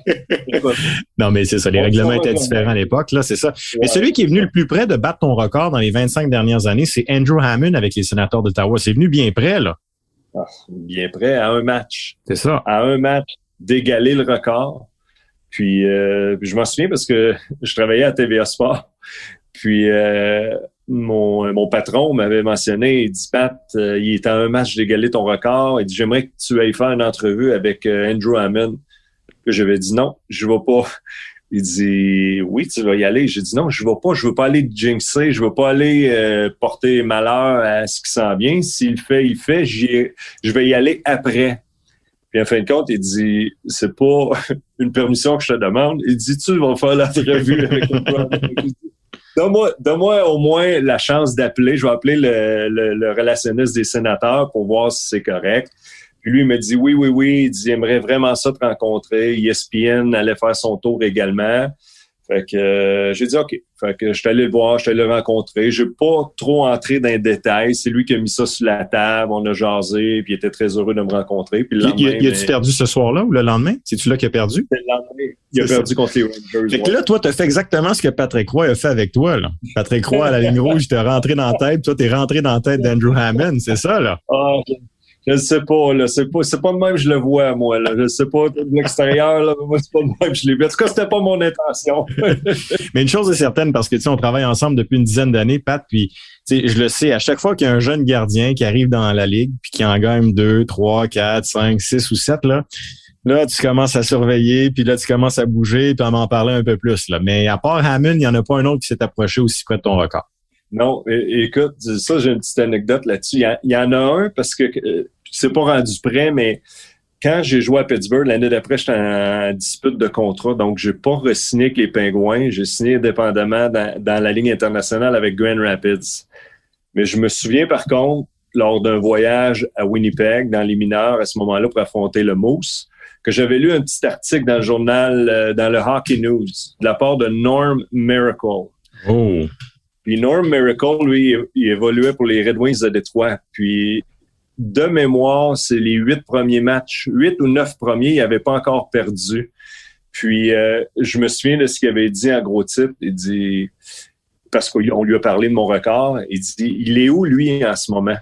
S2: Non, mais c'est ça. Les règlements étaient différents à l'époque, là, c'est ça. Ouais. Mais celui qui est venu le plus près de battre ton record dans les vingt-cinq dernières années, c'est Andrew Hammond avec les Sénateurs d'Ottawa. C'est venu bien près, là.
S3: Ah, bien près, à un match.
S2: C'est ça.
S3: À un match d'égaler le record. Puis, euh, je m'en souviens parce que je travaillais à T V A Sport. Puis, euh, mon, mon patron m'avait mentionné, il dit, Pat, euh, il est à un match d'égaler ton record. Il dit, j'aimerais que tu ailles faire une entrevue avec euh, Andrew Hammond. Puis j'avais dit, non, je ne vais pas. Il dit, oui, tu vas y aller. J'ai dit, non, je ne vais pas. Je ne veux pas aller jinxer. Je ne veux pas aller euh, porter malheur à ce qui s'en vient. S'il le fait, il le fait. J'y, je vais y aller après. Puis en fin de compte, il dit, c'est pas une permission que je te demande. Il dit, tu vas faire l'entrevue avec Andrew Hammond. Donne-moi, donne-moi au moins la chance d'appeler. Je vais appeler le, le, le relationniste des sénateurs pour voir si c'est correct. Puis lui, il me dit oui, oui, oui. Il dit, il aimerait vraiment ça te rencontrer. E S P N allait faire son tour également. Fait que euh, j'ai dit OK. Fait que je suis allé le voir, je suis allé le rencontrer. J'ai pas trop entré dans les détails. C'est lui qui a mis ça sur la table. On a jasé, puis il était très heureux de me rencontrer. Puis le lendemain,
S2: il, il, il a-tu
S3: mais...
S2: perdu ce soir-là ou le lendemain? C'est-tu là qu'il a perdu?
S3: C'est le lendemain. Il a c'est perdu ça. Contre les Rangers.
S2: Fait que là, toi, t'as fait exactement ce que Patrick Roy a fait avec toi, là. Patrick Roy à la ligne rouge, t'es rentré dans la tête. Toi, t'es rentré dans la tête d'Andrew Hammond. C'est ça, là?
S3: Ah, okay. Je ne sais pas, là. C'est pas, c'est pas de même que je le vois, moi, là. Je ne sais pas, de l'extérieur, là. Moi, c'est pas de même que je l'ai vu. En tout cas, c'était pas mon intention.
S2: Mais une chose est certaine, parce que, tu sais, on travaille ensemble depuis une dizaine d'années, Pat, puis, tu sais, je le sais, à chaque fois qu'il y a un jeune gardien qui arrive dans la ligue, puis qui en gagne deux, trois, quatre, cinq, six ou sept, là, là, tu commences à surveiller, puis là, tu commences à bouger, puis à m'en parler un peu plus, là. Mais à part Hammond, il n'y en a pas un autre qui s'est approché aussi près de ton record.
S3: Non, é- écoute, ça, j'ai une petite anecdote là-dessus. Il y, y en a un parce que euh, c'est pas rendu prêt, mais quand j'ai joué à Pittsburgh, l'année d'après, j'étais en dispute de contrat, donc j'ai pas re-signé avec les Pingouins. J'ai signé indépendamment dans, dans la Ligue internationale avec Grand Rapids. Mais je me souviens, par contre, lors d'un voyage à Winnipeg, dans les mineurs, à ce moment-là, pour affronter le Moose, que j'avais lu un petit article dans le journal, euh, dans le Hockey News, de la part de Norm Miracle.
S2: Oh!
S3: Puis Norm Miracle, lui, il évoluait pour les Red Wings de Détroit. Puis, de mémoire, c'est les huit premiers matchs, huit ou neuf premiers, il n'avait pas encore perdu. Puis, euh, je me souviens de ce qu'il avait dit en gros titre. Il dit, parce qu'on lui a parlé de mon record, il dit, il est où, lui, en ce moment?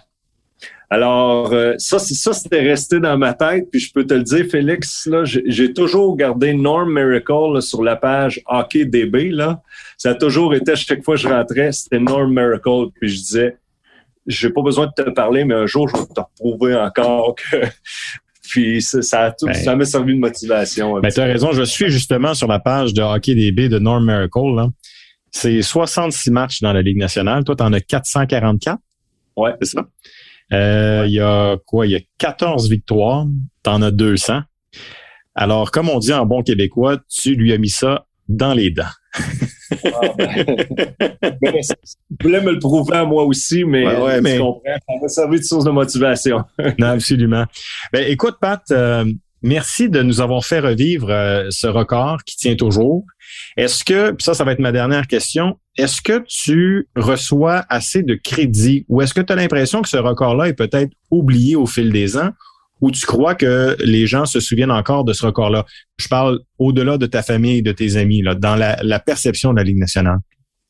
S3: Alors, euh, ça, c'est, ça, c'était resté dans ma tête. Puis, je peux te le dire, Félix, là, j'ai, j'ai toujours gardé Norm Miracle là, sur la page Hockey D B. Là. Ça a toujours été, à chaque fois que je rentrais, c'était Norm Miracle. Puis, je disais, j'ai pas besoin de te parler, mais un jour, je vais te prouver encore que... Puis, ça, ça a tout, ben, ça m'a servi de motivation.
S2: Ben, tu as raison. Je suis justement sur la page de Hockey D B de Norm Miracle. Là. C'est soixante-six matchs dans la Ligue nationale. Toi, tu en as quatre cent quarante-quatre.
S3: Ouais.
S2: C'est ça? Euh, il y a quoi? Il y a quatorze victoires. T'en as deux cents. Alors, comme on dit en bon québécois, tu lui as mis ça dans les dents.
S3: Ah, ben, ben, je voulais me le prouver à moi aussi, mais,
S2: ouais, ouais,
S3: tu
S2: mais...
S3: comprends, ça m'a servi de source de motivation.
S2: Non, absolument. Ben, écoute, Pat, euh, merci de nous avoir fait revivre euh, ce record qui tient toujours. Est-ce que, puis ça, ça va être ma dernière question, est-ce que tu reçois assez de crédit ou est-ce que tu as l'impression que ce record-là est peut-être oublié au fil des ans ou tu crois que les gens se souviennent encore de ce record-là? Je parle au-delà de ta famille, de tes amis, là, dans la, la perception de la Ligue nationale.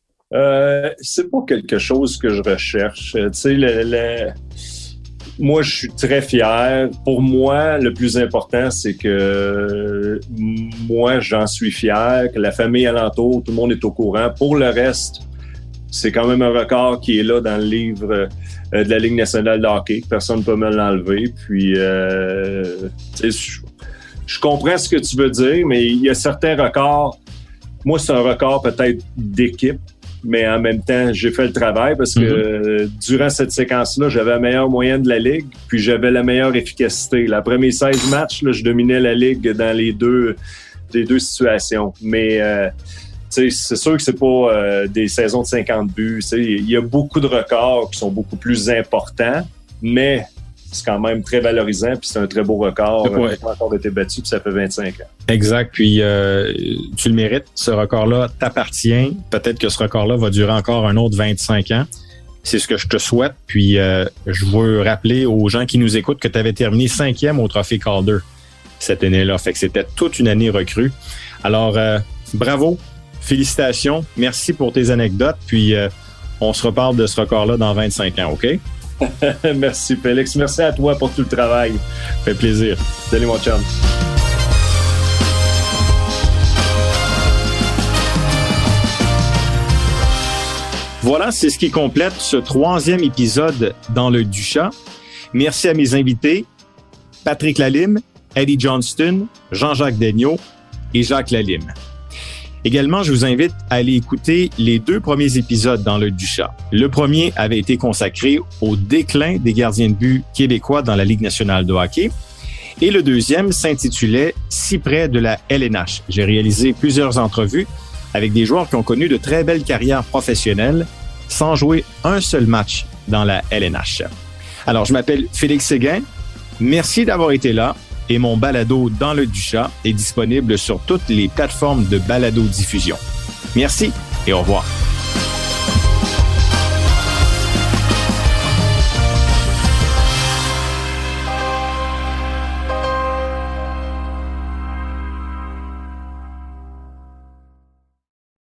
S3: Euh, c'est pas quelque chose que je recherche. Tu sais, le, le... moi, je suis très fier. Pour moi, le plus important, c'est que moi, j'en suis fier, que la famille alentour, tout le monde est au courant. Pour le reste, c'est quand même un record qui est là dans le livre euh, de la Ligue nationale de hockey. Personne ne peut me l'enlever. Puis, euh, tu sais, je, je comprends ce que tu veux dire, mais il y a certains records. Moi, c'est un record peut-être d'équipe. Mais en même temps, j'ai fait le travail parce que mm-hmm. euh, durant cette séquence-là, j'avais la meilleure moyenne de la Ligue, puis j'avais la meilleure efficacité. Après mes seize matchs, là, je dominais la Ligue dans les deux, les deux situations. Mais euh, c'est sûr que c'est pas euh, des saisons de cinquante buts. Il y a beaucoup de records qui sont beaucoup plus importants, mais c'est quand même très valorisant, puis c'est un très beau record.
S2: Ouais.
S3: Il n'a pas encore été battu, puis ça fait vingt-cinq ans.
S2: Exact. Puis euh, tu le mérites. Ce record-là t'appartient. Peut-être que ce record-là va durer encore un autre vingt-cinq ans. C'est ce que je te souhaite. Puis euh, je veux rappeler aux gens qui nous écoutent que tu avais terminé cinquième au Trophée Calder cette année-là. Fait que c'était toute une année recrue. Alors, euh, bravo. Félicitations. Merci pour tes anecdotes. Puis euh, on se reparle de ce record-là dans vingt-cinq ans, OK?
S3: Merci, Félix. Merci à toi pour tout le travail.
S2: Ça fait plaisir.
S3: Salut, mon chum.
S2: Voilà, c'est ce qui complète ce troisième épisode dans le Duchat. Merci à mes invités, Patrick Lalime, Eddie Johnston, Jean-Jacques Daigneault et Jacques Lalime. Également, je vous invite à aller écouter les deux premiers épisodes dans le Duchat. Le premier avait été consacré au déclin des gardiens de but québécois dans la Ligue nationale de hockey. Et le deuxième s'intitulait « Si près de la L N H ». J'ai réalisé plusieurs entrevues avec des joueurs qui ont connu de très belles carrières professionnelles sans jouer un seul match dans la L N H. Alors, je m'appelle Félix Séguin. Merci d'avoir été là. Et mon balado Dans le Duchat est disponible sur toutes les plateformes de balado-diffusion. Merci et au revoir.